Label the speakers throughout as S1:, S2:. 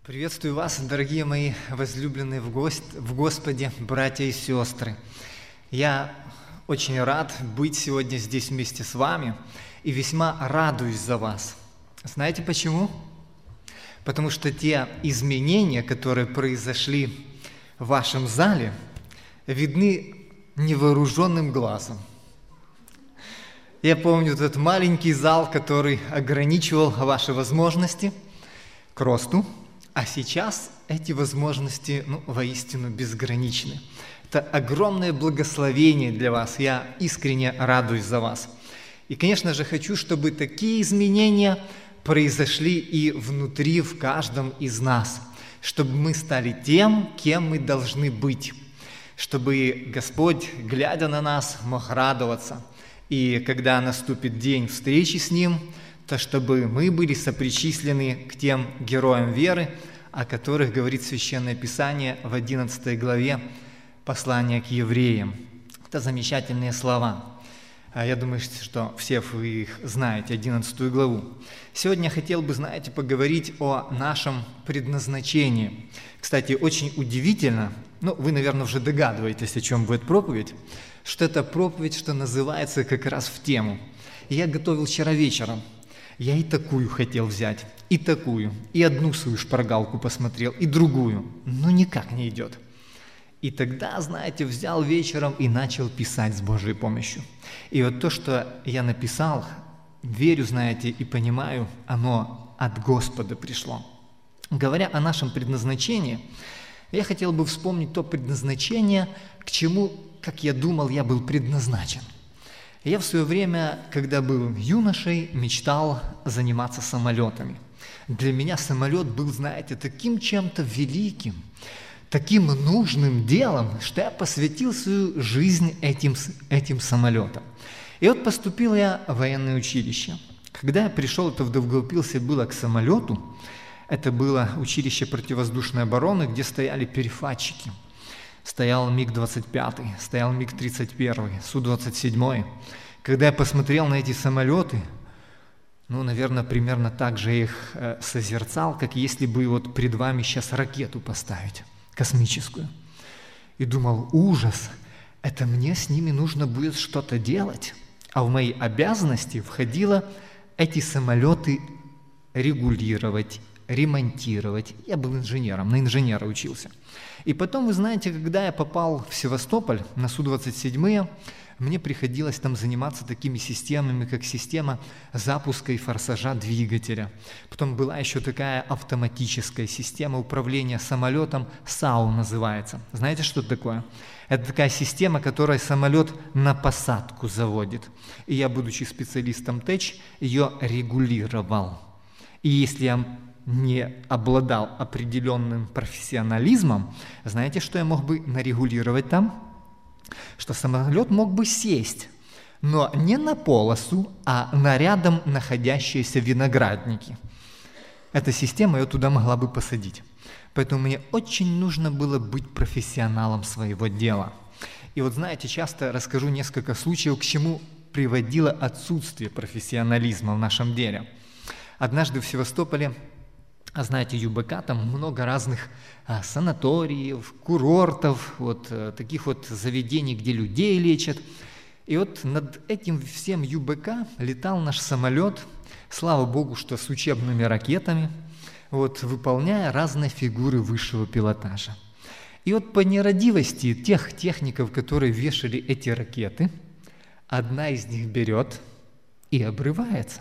S1: Приветствую вас, дорогие мои возлюбленные в Господе, братья и сестры. Я очень рад быть сегодня здесь вместе с вами и весьма радуюсь за вас. Знаете почему? Потому что те изменения, которые произошли в вашем зале, видны невооруженным глазом. Я помню этот маленький зал, который ограничивал ваши возможности к росту, а сейчас эти возможности, воистину безграничны. Это огромное благословение для вас. Я искренне радуюсь за вас. И, конечно же, хочу, чтобы такие изменения произошли и внутри, в каждом из нас. Чтобы мы стали тем, кем мы должны быть. Чтобы Господь, глядя на нас, мог радоваться. И когда наступит день встречи с Ним, то чтобы мы были сопричислены к тем героям веры, о которых говорит Священное Писание в 11 главе послания к евреям. Это замечательные слова. Я думаю, что все вы их знаете, 11 главу. Сегодня я хотел бы, поговорить о нашем предназначении. Кстати, очень удивительно, вы, наверное, уже догадываетесь, о чем будет проповедь, что это проповедь, что называется как раз в тему. Я готовил вчера вечером. Я и такую хотел взять, и такую, и одну свою шпаргалку посмотрел, и другую. Но никак не идет. И тогда, взял вечером и начал писать с Божьей помощью. И вот то, что я написал, верю, и понимаю, оно от Господа пришло. Говоря о нашем предназначении, я хотел бы вспомнить то предназначение, к чему, как я думал, я был предназначен. Я в свое время, когда был юношей, мечтал заниматься самолетами. Для меня самолет был, таким чем-то великим, таким нужным делом, что я посвятил свою жизнь этим самолетам. И вот поступил я в военное училище. Когда я пришел, это вдовголпился было к самолету, это было училище противовоздушной обороны, где стояли перехватчики. Стоял МиГ-25, стоял МиГ-31, Су-27. Когда я посмотрел на эти самолеты, наверное, примерно так же их созерцал, как если бы пред вами сейчас ракету поставить, космическую. И думал, ужас, это мне с ними нужно будет что-то делать. А в мои обязанности входило эти самолеты регулировать, ремонтировать. Я был инженером, на инженера учился. И потом, вы знаете, когда я попал в Севастополь на Су-27, мне приходилось там заниматься такими системами, как система запуска и форсажа двигателя. Потом была еще такая автоматическая система управления самолетом, САУ называется. Знаете, что это такое? Это такая система, которая самолет на посадку заводит. И я, будучи специалистом ТЭЧ, ее регулировал. И если я не обладал определенным профессионализмом, знаете, что я мог бы нарегулировать там? Что самолет мог бы сесть, но не на полосу, а на рядом находящиеся виноградники. Эта система ее туда могла бы посадить. Поэтому мне очень нужно было быть профессионалом своего дела. И часто расскажу несколько случаев, к чему приводило отсутствие профессионализма в нашем деле. Однажды в Севастополе, ЮБК, там много разных санаториев, курортов, таких заведений, где людей лечат. И над этим всем ЮБК летал наш самолет, слава Богу, что с учебными ракетами, выполняя разные фигуры высшего пилотажа. И по нерадивости тех техников, которые вешали эти ракеты, одна из них берет и обрывается.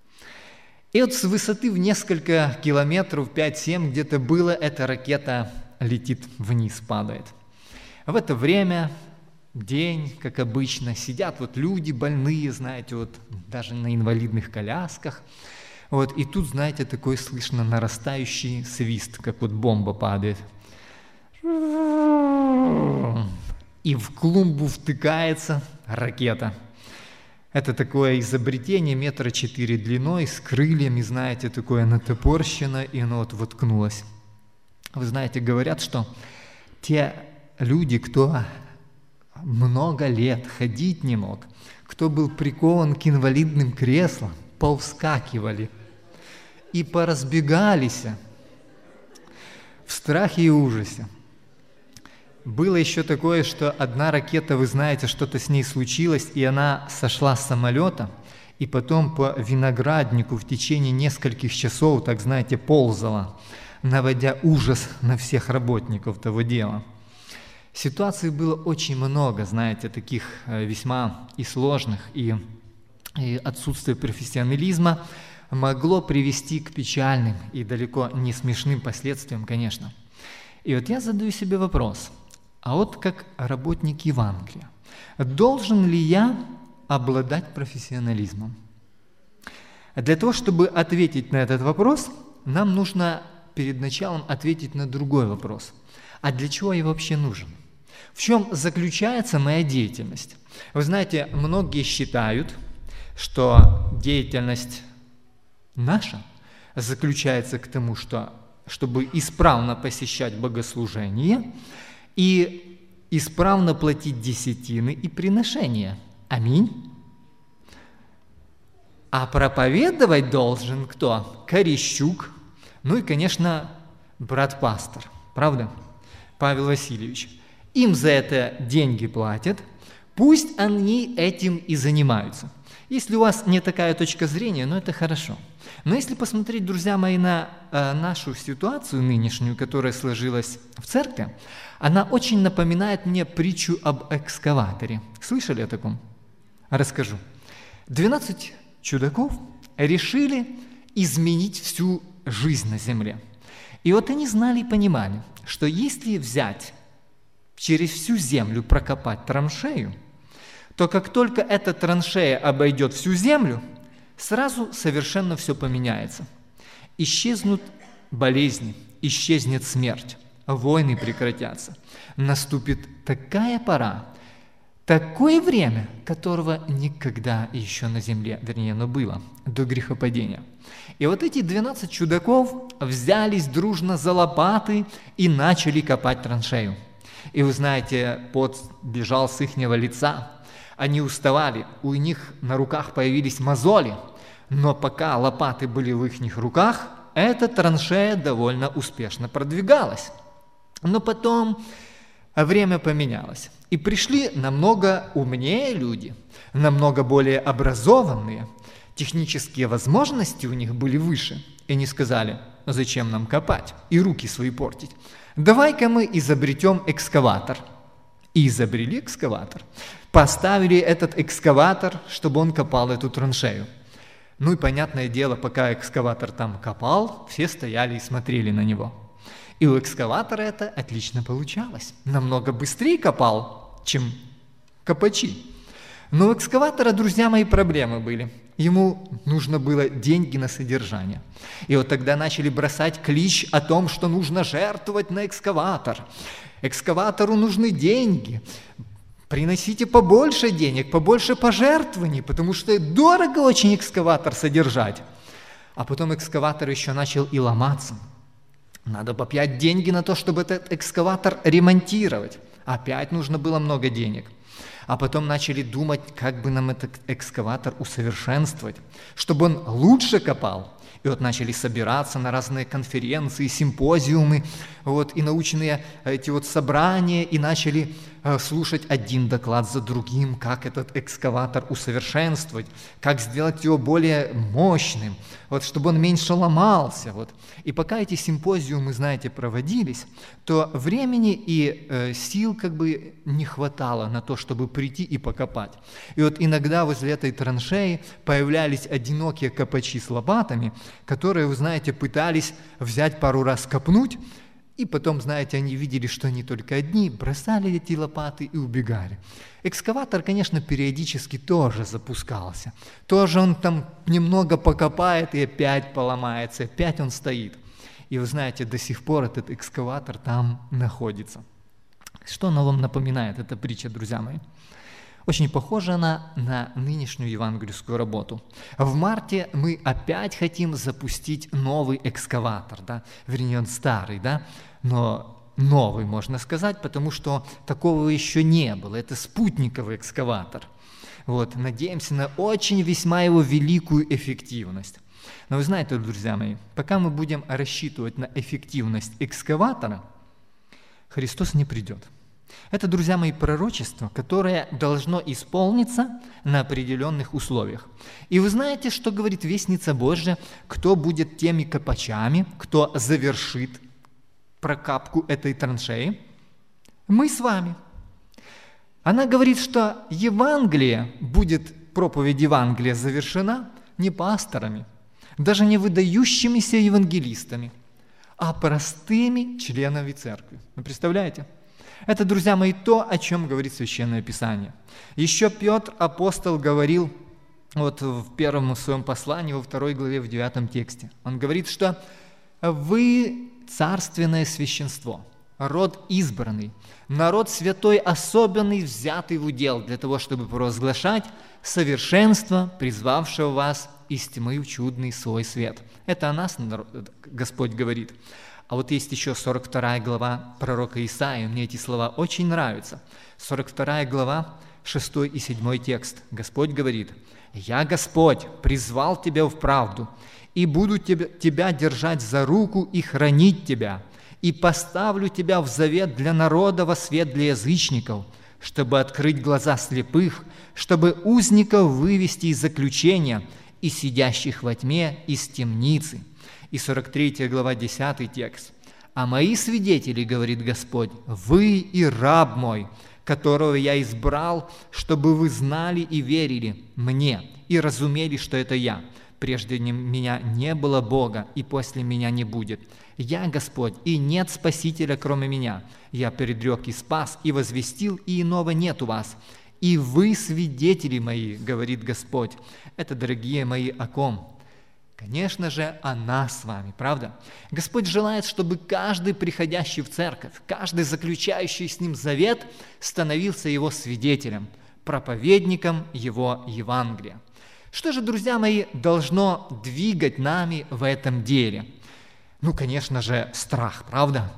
S1: И с высоты в несколько километров, 5-7 где-то было, эта ракета летит вниз, падает. В это время, день, как обычно, сидят люди больные, даже на инвалидных колясках. И тут, такой слышно нарастающий свист, как бомба падает. И в клумбу втыкается ракета. Это такое изобретение 4 метра длиной, с крыльями, такое натопорщено, и оно воткнулось. Вы говорят, что те люди, кто много лет ходить не мог, кто был прикован к инвалидным креслам, повскакивали и поразбегались. в страхе и ужасе. Было еще такое, что одна ракета, вы знаете, что-то с ней случилось, и она сошла с самолета, и потом по винограднику в течение нескольких часов, так знаете, ползала, наводя ужас на всех работников того дела. Ситуаций было очень много, знаете, таких весьма и сложных, и отсутствие профессионализма могло привести к печальным и далеко не смешным последствиям, конечно. И вот я задаю себе вопрос, а вот как работник Евангелия, должен ли я обладать профессионализмом? Для того, чтобы ответить на этот вопрос, нам нужно перед началом ответить на другой вопрос. А для чего я вообще нужен? В чем заключается моя деятельность? Вы знаете, многие считают, что деятельность наша заключается к тому, чтобы исправно посещать богослужение и исправно платить десятины и приношения. Аминь. А проповедовать должен кто? Корещук. Ну и, конечно, брат-пастор. Правда? Павел Васильевич. Им за это деньги платят. Пусть они этим и занимаются. Если у вас не такая точка зрения, это хорошо. Но если посмотреть, друзья мои, на нашу ситуацию нынешнюю, которая сложилась в церкви, она очень напоминает мне притчу об экскаваторе. Слышали о таком? Расскажу. 12 чудаков решили изменить всю жизнь на земле. И вот они знали и понимали, что если взять через всю землю прокопать траншею, то как только эта траншея обойдет всю землю, сразу совершенно все поменяется. Исчезнут болезни, исчезнет смерть, войны прекратятся. Наступит такая пора, такое время, которого никогда еще на земле, оно было до грехопадения. И вот эти 12 чудаков взялись дружно за лопаты и начали копать траншею. И вы знаете, пот бежал с ихнего лица. Они уставали, у них на руках появились мозоли, но пока лопаты были в их руках, эта траншея довольно успешно продвигалась. Но потом время поменялось, и пришли намного умнее люди, намного более образованные, технические возможности у них были выше, и они сказали: зачем нам копать и руки свои портить? Давай-ка мы изобретем экскаватор. И изобрели экскаватор. Поставили этот экскаватор, чтобы он копал эту траншею. Ну и понятное дело, пока экскаватор там копал, все стояли и смотрели на него. И у экскаватора это отлично получалось. Намного быстрее копал, чем копачи. Но у экскаватора, друзья мои, проблемы были. Ему нужно было деньги на содержание. И вот тогда начали бросать клич о том, что нужно жертвовать на экскаватор. Экскаватору нужны деньги. Приносите побольше денег, побольше пожертвований, потому что дорого очень экскаватор содержать. А потом экскаватор еще начал и ломаться. Надо бы опять деньги на то, чтобы этот экскаватор ремонтировать. Опять нужно было много денег. А потом начали думать, как бы нам этот экскаватор усовершенствовать, чтобы он лучше копал. И вот начали собираться на разные конференции, симпозиумы, и научные эти собрания, и начали слушать один доклад за другим, как этот экскаватор усовершенствовать, как сделать его более мощным, чтобы он меньше ломался. И пока эти симпозиумы, знаете, проводились, то времени и сил не хватало на то, чтобы прийти и покопать. И иногда возле этой траншеи появлялись одинокие копачи с лопатами, которые, вы знаете, пытались взять пару раз копнуть, и потом, знаете, они видели, что они только одни, бросали эти лопаты и убегали. Экскаватор, конечно, периодически тоже запускался. Тоже он там немного покопает и опять поломается, опять он стоит. И вы знаете, до сих пор этот экскаватор там находится. Что она вам напоминает, эта притча, друзья мои? Очень похожа она на нынешнюю евангельскую работу. В марте мы опять хотим запустить новый экскаватор, вернее, он старый, но новый, можно сказать, потому что такого еще не было. Это спутниковый экскаватор. Надеемся на очень весьма его великую эффективность. Но вы знаете, друзья мои, пока мы будем рассчитывать на эффективность экскаватора, Христос не придет. Это, друзья мои, пророчество, которое должно исполниться на определенных условиях. И вы знаете, что говорит Вестница Божья, кто будет теми копачами, кто завершит прокапку этой траншеи? Мы с вами. Она говорит, что Евангелие будет, проповедь Евангелия завершена не пасторами, даже не выдающимися евангелистами, а простыми членами церкви. Вы представляете? Это, друзья мои, то, о чем говорит Священное Писание. Еще Петр, апостол, говорил вот в первом своем послании, во 2 главе, в 9 тексте. Он говорит, что вы царственное священство, род избранный, народ святой, особенный, взятый в удел для того, чтобы провозглашать совершенство, призвавшего вас из тьмы в чудный свой свет. Это о нас Господь говорит. А вот есть еще 42 глава пророка Исаии, мне эти слова очень нравятся. 42 глава, 6 и 7 текст. Господь говорит: «Я, Господь, призвал тебя в правду, и буду тебя держать за руку и хранить тебя, и поставлю тебя в завет для народа, во свет для язычников, чтобы открыть глаза слепых, чтобы узников вывести из заключения и сидящих во тьме из темницы». И 43 глава, 10 текст. «А мои свидетели, говорит Господь, вы и раб мой, которого я избрал, чтобы вы знали и верили мне, и разумели, что это я. Прежде меня не было Бога, и после меня не будет. Я Господь, и нет Спасителя, кроме меня. Я предрек и спас, и возвестил, и иного нет у вас. И вы свидетели мои, говорит Господь». Это, дорогие мои, о ком? Конечно же, о нас с вами, правда? Господь желает, чтобы каждый приходящий в церковь, каждый заключающий с Ним завет, становился Его свидетелем, проповедником Его Евангелия. Что же, друзья мои, должно двигать нами в этом деле? Ну, конечно же, страх, правда?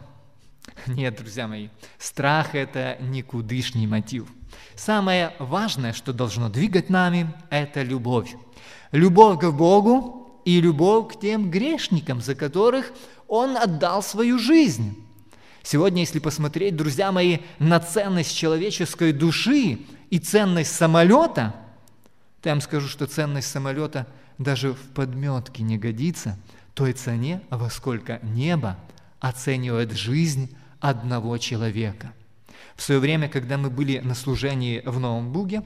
S1: Нет, друзья мои, страх – это никудышний мотив. Самое важное, что должно двигать нами – это любовь. Любовь к Богу и любовь к тем грешникам, за которых Он отдал свою жизнь. Сегодня, если посмотреть, друзья мои, на ценность человеческой души и ценность самолета, то я вам скажу, что ценность самолета даже в подметке не годится той цене, во сколько небо оценивает жизнь одного человека. В свое время, когда мы были на служении в Новом Буге,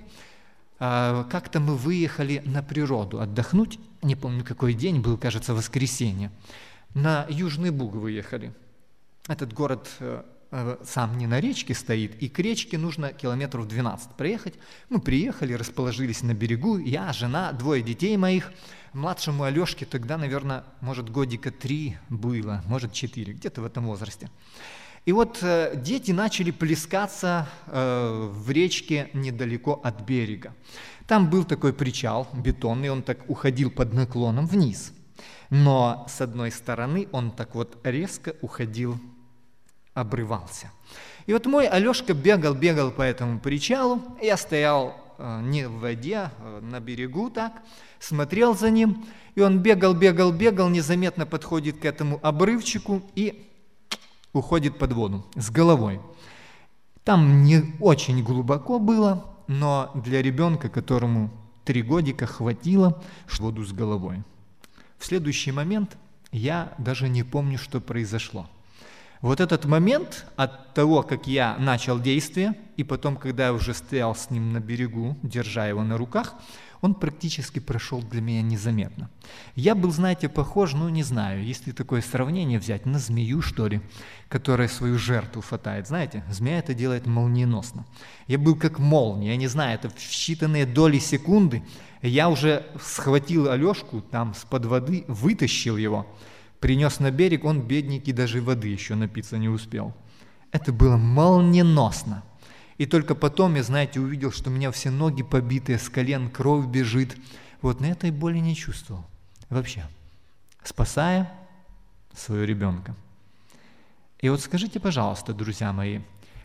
S1: как-то мы выехали на природу отдохнуть, не помню, какой день был, кажется, воскресенье. На Южный Буг выехали. Этот город сам не на речке стоит, и к речке нужно километров 12 проехать. Мы приехали, расположились на берегу, я, жена, 2 детей моих. Младшему Алешке тогда, наверное, может, годика 3 было, может, 4, где-то в этом возрасте. И вот дети начали плескаться в речке недалеко от берега. Там был такой причал бетонный, он так уходил под наклоном вниз. Но с одной стороны он так вот резко уходил, обрывался. И вот мой Алешка бегал по этому причалу, я стоял не в воде, на берегу так, смотрел за ним, и он бегал, незаметно подходит к этому обрывчику и уходит под воду с головой. Там не очень глубоко было, но для ребенка, которому 3 годика, хватило воду с головой. В следующий момент я даже не помню, что произошло. Вот этот момент от того, как я начал действие, и потом, когда я уже стоял с ним на берегу, держа его на руках, он практически прошел для меня незаметно. Я был, знаете, похож, не знаю, если такое сравнение взять, на змею, что ли, которая свою жертву хватает. Знаете, змея это делает молниеносно. Я был как молния, я не знаю, это в считанные доли секунды я уже схватил Алешку там с-под воды, вытащил его, принес на берег, он, бедненький, даже воды еще напиться не успел. Это было молниеносно. И только потом я, знаете, увидел, что у меня все ноги побитые, с колен кровь бежит. Вот, но я этой боли не чувствовал вообще, спасая своего ребенка. И вот скажите, пожалуйста, друзья мои,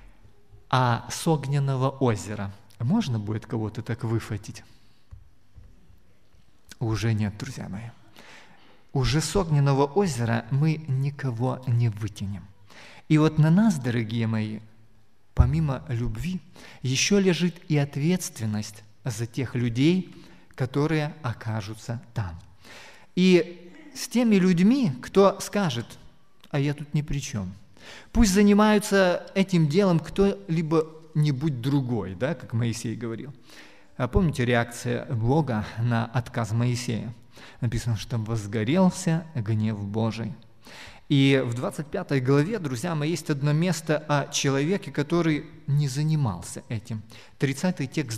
S1: а с огненного озера можно будет кого-то так выхватить? Уже нет, друзья мои. уже с огненного озера мы никого не вытянем. И вот на нас, дорогие мои, помимо любви, еще лежит и ответственность за тех людей, которые окажутся там. И с теми людьми, кто скажет: а я тут ни при чем. Пусть занимаются этим делом кто-либо-нибудь другой, да, как Моисей говорил. А помните реакция Бога на отказ Моисея? Написано, что возгорелся гнев Божий. И в 25 главе, друзья мои, есть одно место о человеке, который не занимался этим. 30 текст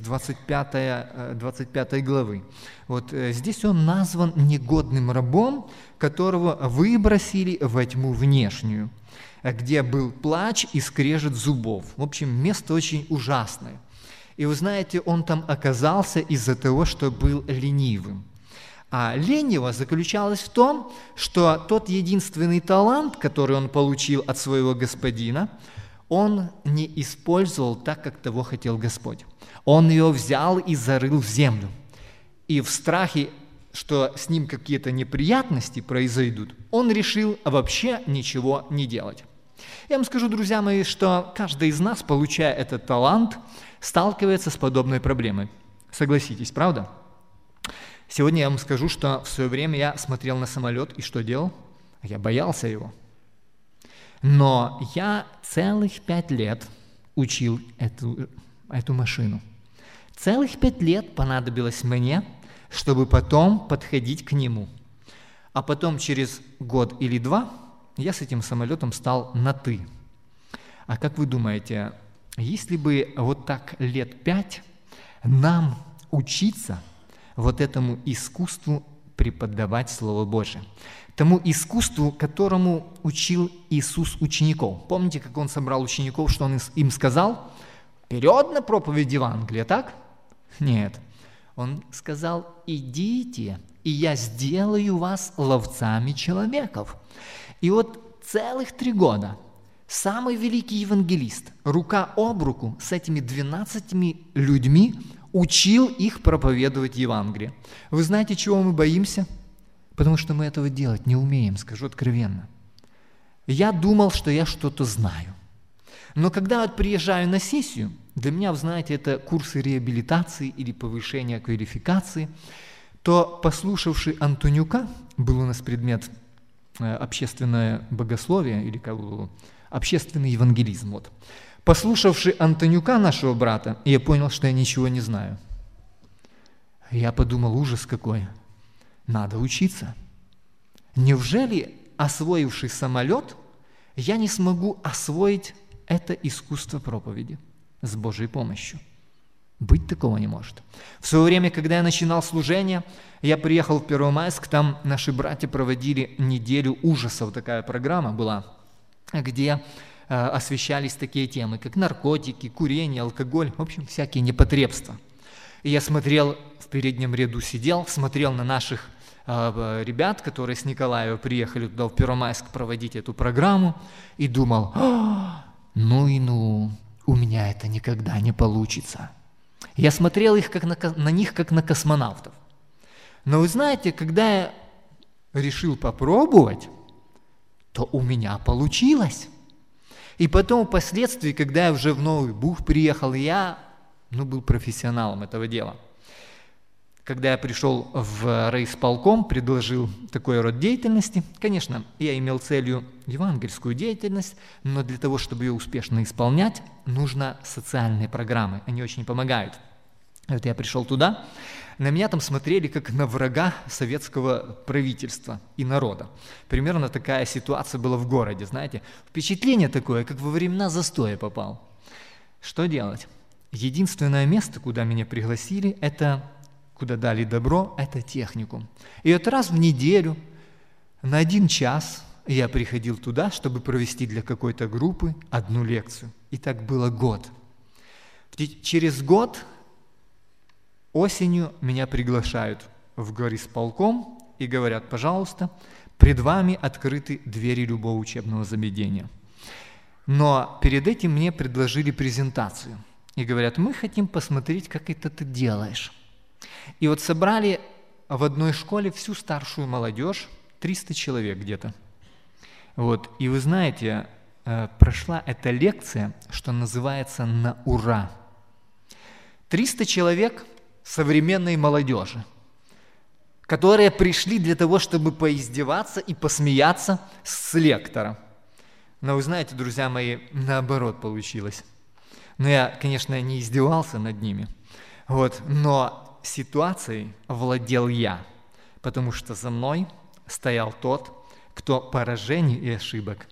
S1: 25 главы. Вот здесь он назван негодным рабом, которого выбросили во тьму внешнюю, где был плач и скрежет зубов. В общем, место очень ужасное. И вы знаете, он там оказался из-за того, что был ленивым. А лень его заключалась в том, что тот единственный талант, который он получил от своего господина, он не использовал так, как того хотел Господь. Он ее взял и зарыл в землю. И в страхе, что с ним какие-то неприятности произойдут, он решил вообще ничего не делать. Я вам скажу, друзья мои, что каждый из нас, получая этот талант, сталкивается с подобной проблемой. Согласитесь, правда? Сегодня я вам скажу, что в свое время я смотрел на самолет и что делал? Я боялся его. Но я целых 5 лет учил эту машину. Целых 5 лет понадобилось мне, чтобы потом подходить к нему. А потом через год или 2 я с этим самолетом стал на «ты». А как вы думаете, если бы вот так лет 5 нам учиться вот этому искусству преподавать Слово Божие, тому искусству, которому учил Иисус учеников. Помните, как Он собрал учеников, что Он им сказал? Вперед на проповедь Евангелия, так? Нет. Он сказал: идите, и я сделаю вас ловцами человеков. И вот целых 3 года самый великий евангелист рука об руку с этими 12 людьми учил их проповедовать Евангелие. Вы знаете, чего мы боимся? Потому что мы этого делать не умеем, скажу откровенно. Я думал, что я что-то знаю. Но когда я приезжаю на сессию, для меня, вы знаете, это курсы реабилитации или повышения квалификации, то, послушавший Антонюка, был у нас предмет общественное богословие или общественный евангелизм. Вот. Послушавший Антонюка, нашего брата, я понял, что я ничего не знаю. Я подумал: ужас какой, надо учиться. Неужели, освоивший самолет, я не смогу освоить это искусство проповеди с Божьей помощью? Быть такого не может. В свое время, когда я начинал служение, я приехал в Первомайск, там наши братья проводили неделю ужасов, такая программа была, где освещались такие темы, как наркотики, курение, алкоголь, в общем, всякие непотребства. И я смотрел, в переднем ряду сидел, смотрел на наших ребят, которые с Николаева приехали туда, в Первомайск, проводить эту программу, и думал: у меня это никогда не получится. Я смотрел на них, как на космонавтов. Но вы знаете, когда я решил попробовать, то у меня получилось. И потом, впоследствии, когда я уже в Новый Буг приехал, я был профессионалом этого дела. Когда я пришел в райисполком, предложил такой род деятельности, конечно, я имел целью евангельскую деятельность, но для того, чтобы ее успешно исполнять, нужно социальные программы, они очень помогают. Вот я пришел туда, на меня там смотрели как на врага советского правительства и народа. Примерно такая ситуация была в городе, знаете. Впечатление такое, как во времена застоя попал. Что делать? Единственное место, куда меня пригласили, куда дали добро, это техникум. И вот раз в неделю на 1 час я приходил туда, чтобы провести для какой-то группы 1 лекцию. И так было год. Через год осенью меня приглашают в горисполком и говорят: пожалуйста, пред вами открыты двери любого учебного заведения. Но перед этим мне предложили презентацию. И говорят: мы хотим посмотреть, как это ты делаешь. И вот собрали в одной школе всю старшую молодежь, 300 человек где-то. Вот. И вы знаете, прошла эта лекция, что называется, на ура. 300 человек современной молодежи, которые пришли для того, чтобы поиздеваться и посмеяться с лектора. Но вы знаете, друзья мои, наоборот получилось. Но я, конечно, не издевался над ними, вот, но ситуацией владел я, потому что за мной стоял тот, кто поражений и ошибок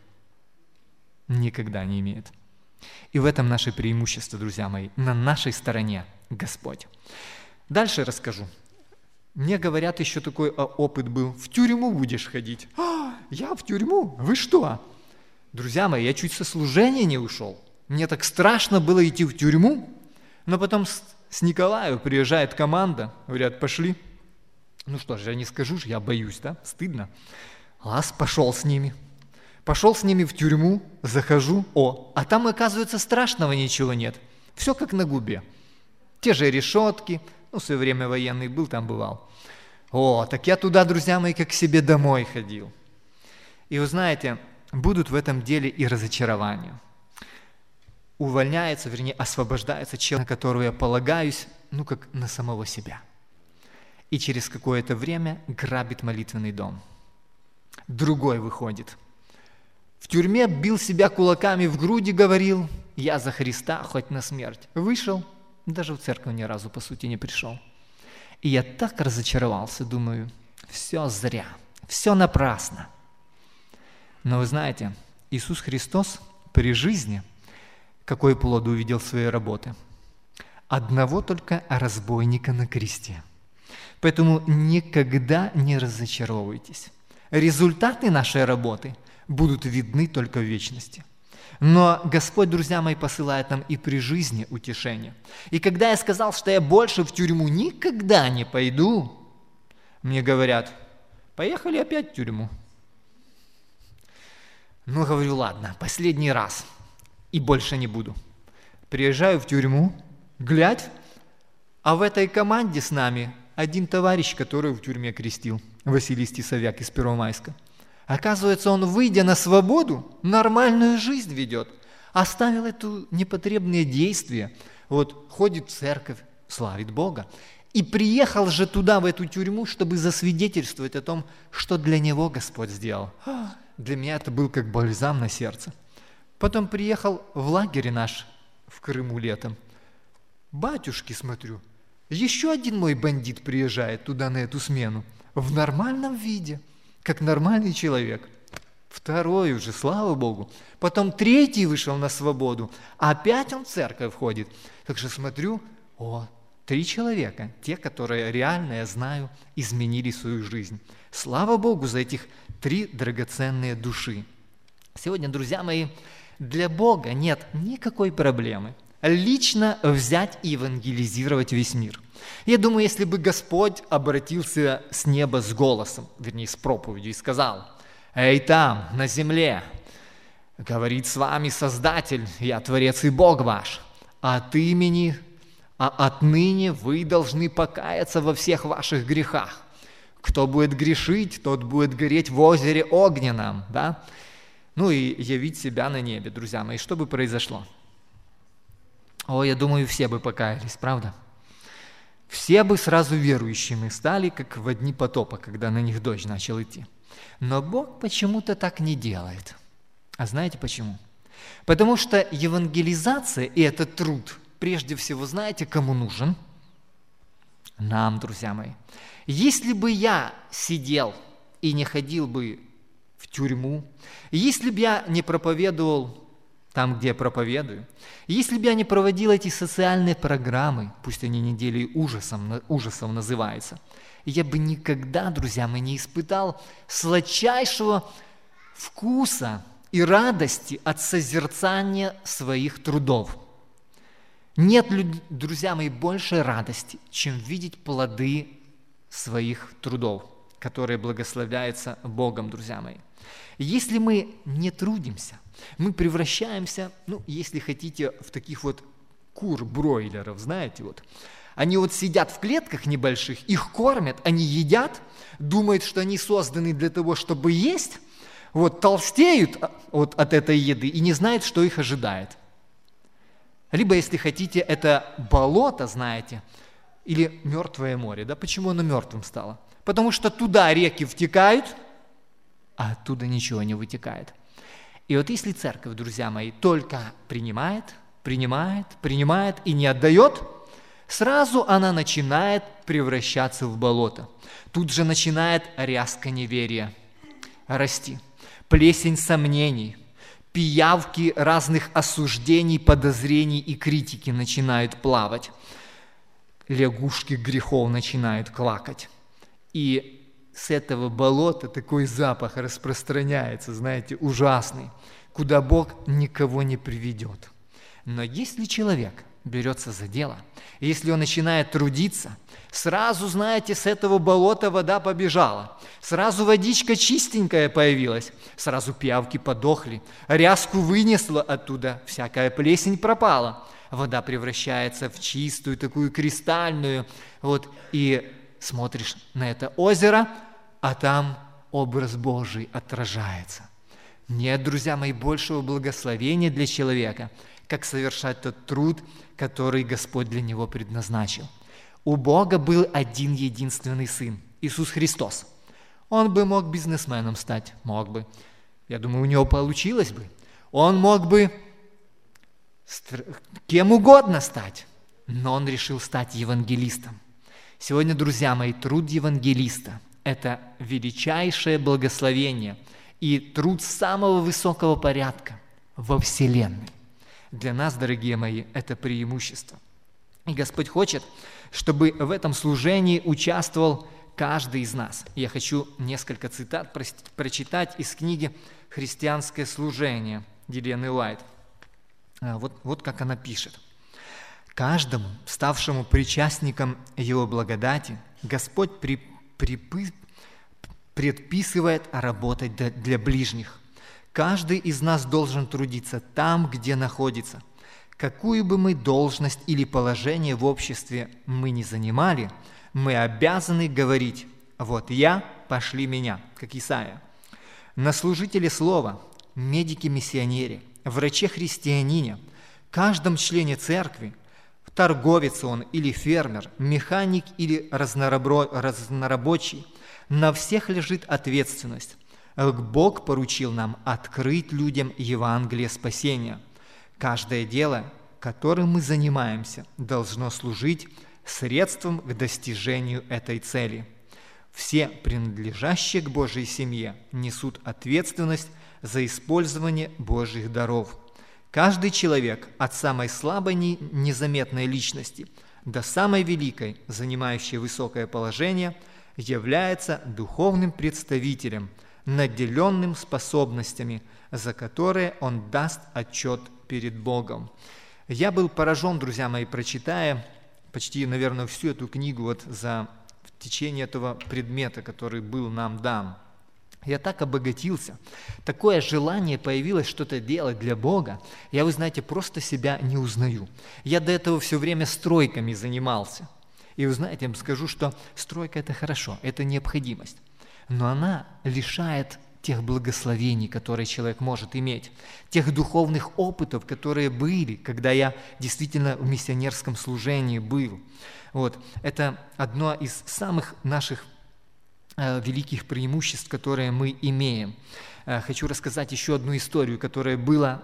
S1: никогда не имеет. И в этом наше преимущество, друзья мои, на нашей стороне Господь. Дальше расскажу. Мне говорят, еще такой опыт был. В тюрьму будешь ходить. Я в тюрьму? Вы что? Друзья мои, я чуть со служения не ушел. Мне так страшно было идти в тюрьму. Но потом с Николаем приезжает команда. Говорят, пошли. Ну что ж, я не скажу, я боюсь, да? Стыдно. Пошел с ними. Пошел с ними в тюрьму, захожу. А там, оказывается, страшного ничего нет. Все как на губе. Те же решетки. В свое время военный был, там бывал. Так я туда, друзья мои, как к себе домой ходил. И вы знаете, будут в этом деле и разочарования. Увольняется, освобождается человек, на которого я полагаюсь, как на самого себя. И через какое-то время грабит молитвенный дом. Другой выходит. В тюрьме бил себя кулаками в груди, говорил, я за Христа, хоть на смерть. Вышел, даже в церковь ни разу, по сути, не пришел. И я так разочаровался, думаю, все зря, все напрасно. Но вы знаете, Иисус Христос при жизни какой плод увидел в своей работе? Одного только разбойника на кресте. Поэтому никогда не разочаровывайтесь. Результаты нашей работы будут видны только в вечности. Но Господь, друзья мои, посылает нам и при жизни утешение. И когда я сказал, что я больше в тюрьму никогда не пойду, мне говорят, поехали опять в тюрьму. Говорю, ладно, последний раз, и больше не буду. Приезжаю в тюрьму, глядь, а в этой команде с нами один товарищ, который в тюрьме крестил, Василий Стисовяк из Первомайска. Оказывается, он, выйдя на свободу, нормальную жизнь ведет. Оставил это непотребные действия. Ходит в церковь, славит Бога. И приехал же туда, в эту тюрьму, чтобы засвидетельствовать о том, что для него Господь сделал. Для меня это был как бальзам на сердце. Потом приехал в лагерь наш в Крыму летом. Батюшки, смотрю, еще один мой бандит приезжает туда на эту смену. В нормальном виде. Как нормальный человек. Второй уже, слава Богу. Потом третий вышел на свободу. Опять он в церковь ходит. Так что смотрю, 3 человека, те, которые реально, я знаю, изменили свою жизнь. Слава Богу за этих 3 драгоценные души. Сегодня, друзья мои, для Бога нет никакой проблемы лично взять и евангелизировать весь мир. Я думаю, если бы Господь обратился с неба с голосом, с проповедью, и сказал, «Эй, там, на земле, говорит с вами Создатель, я Творец и Бог ваш, отныне вы должны покаяться во всех ваших грехах. Кто будет грешить, тот будет гореть в озере огненном». Да? И явить себя на небе, друзья мои, что бы произошло? Я думаю, все бы покаялись, правда? Все бы сразу верующими стали, как в дни потопа, когда на них дождь начал идти. Но Бог почему-то так не делает. А знаете почему? Потому что евангелизация и этот труд, прежде всего, знаете, кому нужен? Нам, друзья мои. Если бы я сидел и не ходил бы в тюрьму, если бы я не проповедовал там, где я проповедую, если бы я не проводил эти социальные программы, пусть они недели ужасов называются, я бы никогда, друзья мои, не испытал сладчайшего вкуса и радости от созерцания своих трудов. Нет, друзья мои, большей радости, чем видеть плоды своих трудов, которые благословляются Богом, друзья мои. Если мы не трудимся, мы превращаемся, если хотите, в таких кур-бройлеров, знаете, Они вот сидят в клетках небольших, их кормят, они едят, думают, что они созданы для того, чтобы есть, вот толстеют от этой еды и не знают, что их ожидает. Либо, если хотите, это болото, знаете, или мертвое море. Да? Почему оно мертвым стало? Потому что туда реки втекают, а оттуда ничего не вытекает. И вот если церковь, друзья мои, только принимает и не отдает, сразу она начинает превращаться в болото. Тут же начинает ряска неверия расти, плесень сомнений, пиявки разных осуждений, подозрений и критики начинают плавать. Лягушки грехов начинают квакать. И с этого болота такой запах распространяется, знаете, ужасный, куда Бог никого не приведет. Но если человек берется за дело, если он начинает трудиться, сразу, знаете, с этого болота вода побежала, сразу водичка чистенькая появилась, сразу пиявки подохли, ряску вынесло оттуда, всякая плесень пропала, вода превращается в чистую, такую кристальную, вот, и смотришь на это озеро, а там образ Божий отражается. Нет, друзья мои, большего благословения для человека, как совершать тот труд, который Господь для него предназначил. У Бога был один единственный Сын, Иисус Христос. Он бы мог бизнесменом стать, мог бы. Я думаю, у него получилось бы. Он мог бы кем угодно стать, но он решил стать евангелистом. Сегодня, друзья мои, труд евангелиста – это величайшее благословение и труд самого высокого порядка во Вселенной. Для нас, дорогие мои, это преимущество. И Господь хочет, чтобы в этом служении участвовал каждый из нас. Я хочу несколько цитат прочитать из книги «Христианское служение» Елены Уайт. Вот как она пишет. «Каждому, ставшему причастником Его благодати, Господь предписывает работать для ближних. Каждый из нас должен трудиться там, где находится. Какую бы мы должность или положение в обществе мы ни занимали, мы обязаны говорить: «Вот я, пошли меня», как Исаия. На служителе слова, медике-миссионере, враче-христианине, каждом члене церкви, торговец он или фермер, механик или разнорабочий, на всех лежит ответственность. Бог поручил нам открыть людям Евангелие спасения. Каждое дело, которым мы занимаемся, должно служить средством к достижению этой цели. Все принадлежащие к Божьей семье несут ответственность за использование Божьих даров. Каждый человек, от самой слабой незаметной личности до самой великой, занимающей высокое положение, является духовным представителем, наделенным способностями, за которые он даст отчет перед Богом. Я был поражен, друзья мои, прочитая почти, наверное, всю эту книгу в течение этого предмета, который был нам дан. Я так обогатился, такое желание появилось что-то делать для Бога. Я, вы знаете, просто себя не узнаю. Я до этого все время стройками занимался. И вы знаете, я вам скажу, что стройка – это хорошо, это необходимость. Но она лишает тех благословений, которые человек может иметь, тех духовных опытов, которые были, когда я действительно в миссионерском служении был. Вот. Это одно из самых наших великих преимуществ, которые мы имеем. Хочу рассказать еще одну историю, которая была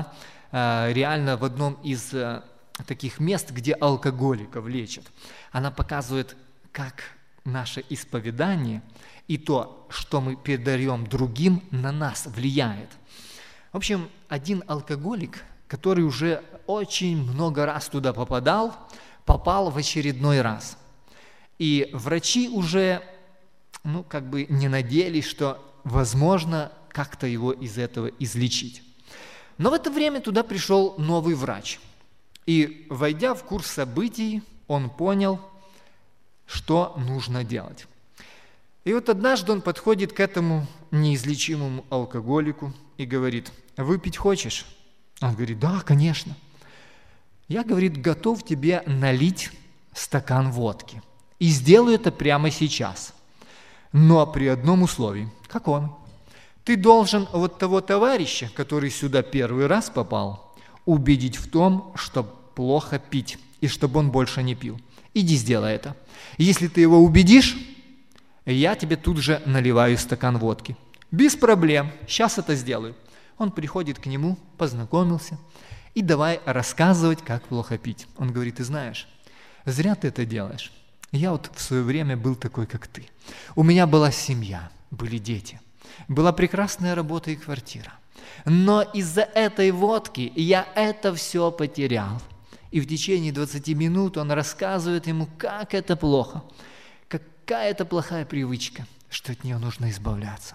S1: реально в одном из таких мест, где алкоголиков лечат. Она показывает, как наше исповедание и то, что мы передаем другим, на нас влияет. В общем, один алкоголик, который уже очень много раз туда попал в очередной раз. И врачи уже не надеялись, что возможно как-то его из этого излечить. Но в это время туда пришел новый врач. И, войдя в курс событий, он понял, что нужно делать. И вот однажды он подходит к этому неизлечимому алкоголику и говорит: «Выпить хочешь?» Он говорит: «Да, конечно». «Я, говорит, готов тебе налить стакан водки. И сделаю это прямо сейчас. Но при одном условии. Каком? Ты должен вот того товарища, который сюда первый раз попал, убедить в том, что плохо пить, и чтобы он больше не пил. Иди сделай это. Если ты его убедишь, я тебе тут же наливаю стакан водки. Без проблем, сейчас это сделаю. Он приходит к нему, познакомился, и давай рассказывать, как плохо пить. Он говорит, ты знаешь, зря ты это делаешь. Я вот в свое время был такой, как ты. У меня была семья, были дети. Была прекрасная работа и квартира. Но из-за этой водки я это все потерял. И в течение 20 минут он рассказывает ему, как это плохо, какая это плохая привычка, что от нее нужно избавляться.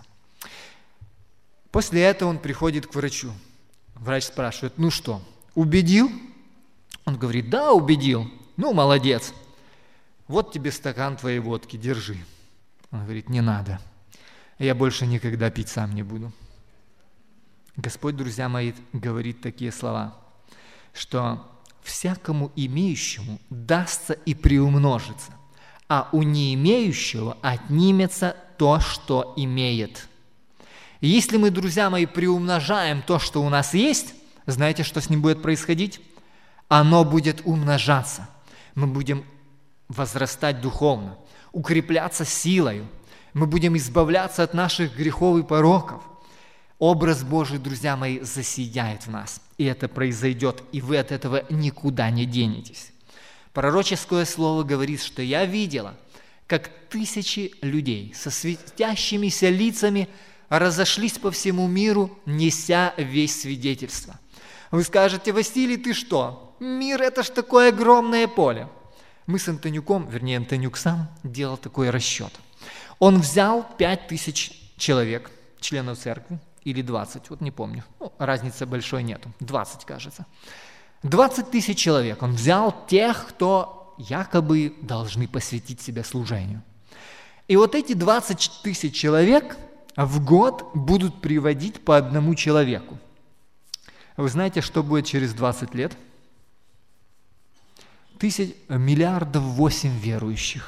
S1: После этого он приходит к врачу. Врач спрашивает, ну что, убедил? Он говорит, да, убедил. Ну, молодец. Вот тебе стакан твоей водки, держи. Он говорит, не надо. Я больше никогда пить сам не буду. Господь, друзья мои, говорит такие слова, что всякому имеющему дастся и приумножится, а у не имеющего отнимется то, что имеет. И если мы, друзья мои, приумножаем то, что у нас есть, знаете, что с ним будет происходить? Оно будет умножаться. Мы будем возрастать духовно, укрепляться силою. Мы будем избавляться от наших грехов и пороков. Образ Божий, друзья мои, засияет в нас. И это произойдет, и вы от этого никуда не денетесь. Пророческое слово говорит, что я видела, как тысячи людей со светящимися лицами разошлись по всему миру, неся весть свидетельства. Вы скажете, Василий, ты что? Мир – это ж такое огромное поле. Мы с Антонюком, вернее, Антонюк сам делал такой расчет. Он взял 5000 человек, членов церкви, или 20, вот не помню, разницы большой нету, 20, кажется. 20 000 человек он взял тех, кто якобы должны посвятить себя служению. И вот эти 20 000 человек в год будут приводить по одному человеку. Вы знаете, что будет через 20 лет? 8 миллиардов верующих.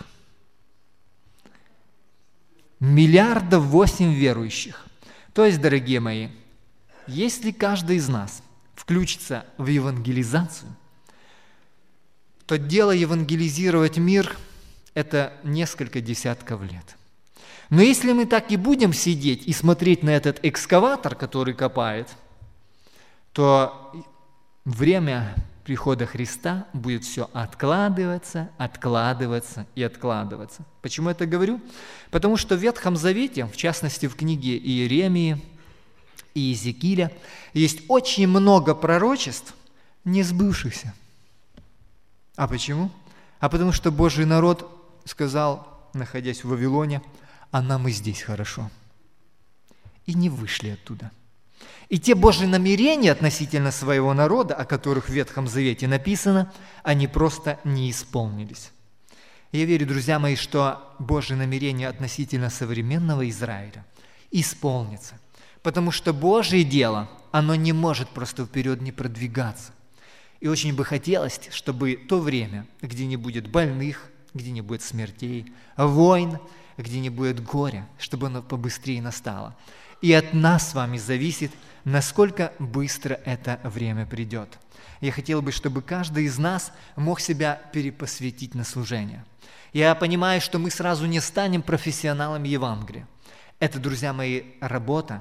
S1: 8 миллиардов верующих. То есть, дорогие мои, если каждый из нас включится в евангелизацию, то дело евангелизировать мир – это несколько десятков лет. Но если мы так и будем сидеть и смотреть на этот экскаватор, который копает, то время прихода Христа будет все откладываться, откладываться и откладываться. Почему я это говорю? Потому что в Ветхом Завете, в частности в книге Иеремии и Иезекииля, есть очень много пророчеств, не сбывшихся. А почему? А потому что Божий народ сказал, находясь в Вавилоне, а нам и здесь хорошо. И не вышли оттуда. И те Божьи намерения относительно своего народа, о которых в Ветхом Завете написано, они просто не исполнились. Я верю, друзья мои, что Божьи намерения относительно современного Израиля исполнятся. Потому что Божье дело, оно не может просто вперед не продвигаться. И очень бы хотелось, чтобы то время, где не будет больных, где не будет смертей, войн, где не будет горя, чтобы оно побыстрее настало. И от нас с вами зависит, насколько быстро это время придет. Я хотел бы, чтобы каждый из нас мог себя перепосвятить на служение. Я понимаю, что мы сразу не станем профессионалами Евангелия. Это, друзья мои, работа,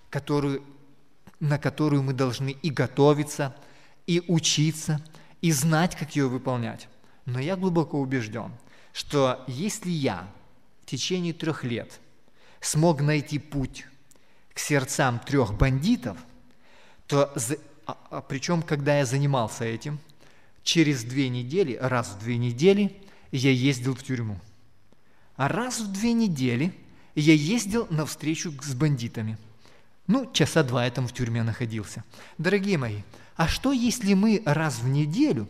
S1: на которую мы должны и готовиться, и учиться, и знать, как ее выполнять. Но я глубоко убежден, что если я в течение 3 лет смог найти путь к сердцам 3 бандитов, то, причем, когда я занимался этим, через 2 недели, раз в 2 недели я ездил в тюрьму. А раз в 2 недели я ездил на встречу с бандитами. 2 часа я там в тюрьме находился. Дорогие мои, а что если мы раз в неделю,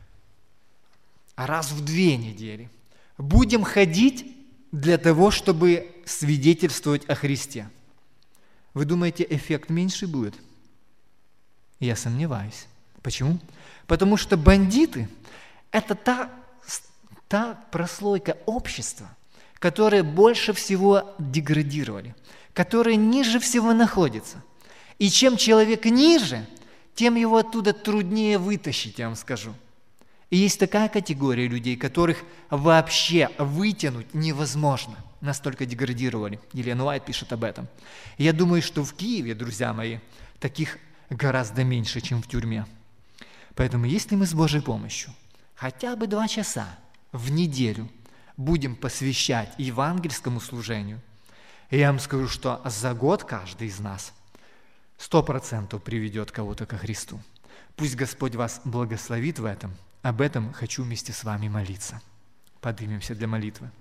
S1: раз в 2 недели будем ходить для того, чтобы свидетельствовать о Христе? Вы думаете, эффект меньше будет? Я сомневаюсь. Почему? Потому что бандиты – это та прослойка общества, которые больше всего деградировали, которые ниже всего находятся. И чем человек ниже, тем его оттуда труднее вытащить, я вам скажу. И есть такая категория людей, которых вообще вытянуть невозможно. Настолько деградировали. Елена Уайт пишет об этом. И я думаю, что в Киеве, друзья мои, таких гораздо меньше, чем в тюрьме. Поэтому если мы с Божьей помощью хотя бы 2 часа в неделю будем посвящать евангельскому служению, я вам скажу, что за год каждый из нас 100% приведет кого-то ко Христу. Пусть Господь вас благословит в этом. Об этом хочу вместе с вами молиться. Поднимемся для молитвы.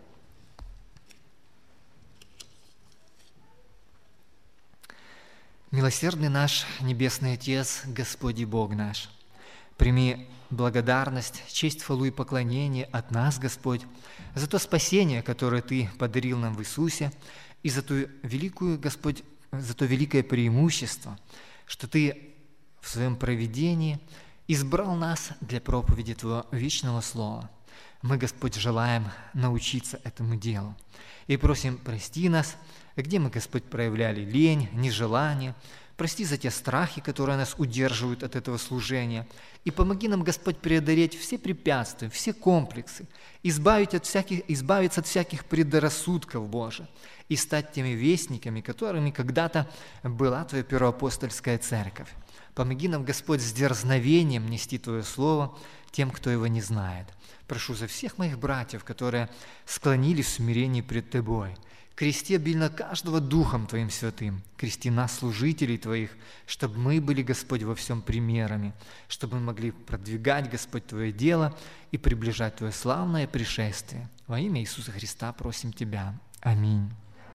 S1: Милосердный наш Небесный Отец, Господь и Бог наш, прими благодарность, честь, хвалу и поклонение от нас, Господь, за то спасение, которое Ты подарил нам в Иисусе, и за ту великую, Господь, за то великое преимущество, что Ты в Своем провидении избрал нас для проповеди Твоего вечного Слова. Мы, Господь, желаем научиться этому делу. И просим, прости нас, где мы, Господь, проявляли лень, нежелание. Прости за те страхи, которые нас удерживают от этого служения. И помоги нам, Господь, преодолеть все препятствия, все комплексы, избавиться от всяких предрассудков, Боже, и стать теми вестниками, которыми когда-то была Твоя первоапостольская церковь. Помоги нам, Господь, с дерзновением нести Твое Слово тем, кто его не знает. Прошу за всех моих братьев, которые склонились в смирении пред Тобой. Крести обильно каждого Духом Твоим Святым. Крести нас, служителей Твоих, чтобы мы были, Господь, во всем примерами, чтобы мы могли продвигать, Господь, Твое дело и приближать Твое славное пришествие. Во имя Иисуса Христа просим Тебя. Аминь.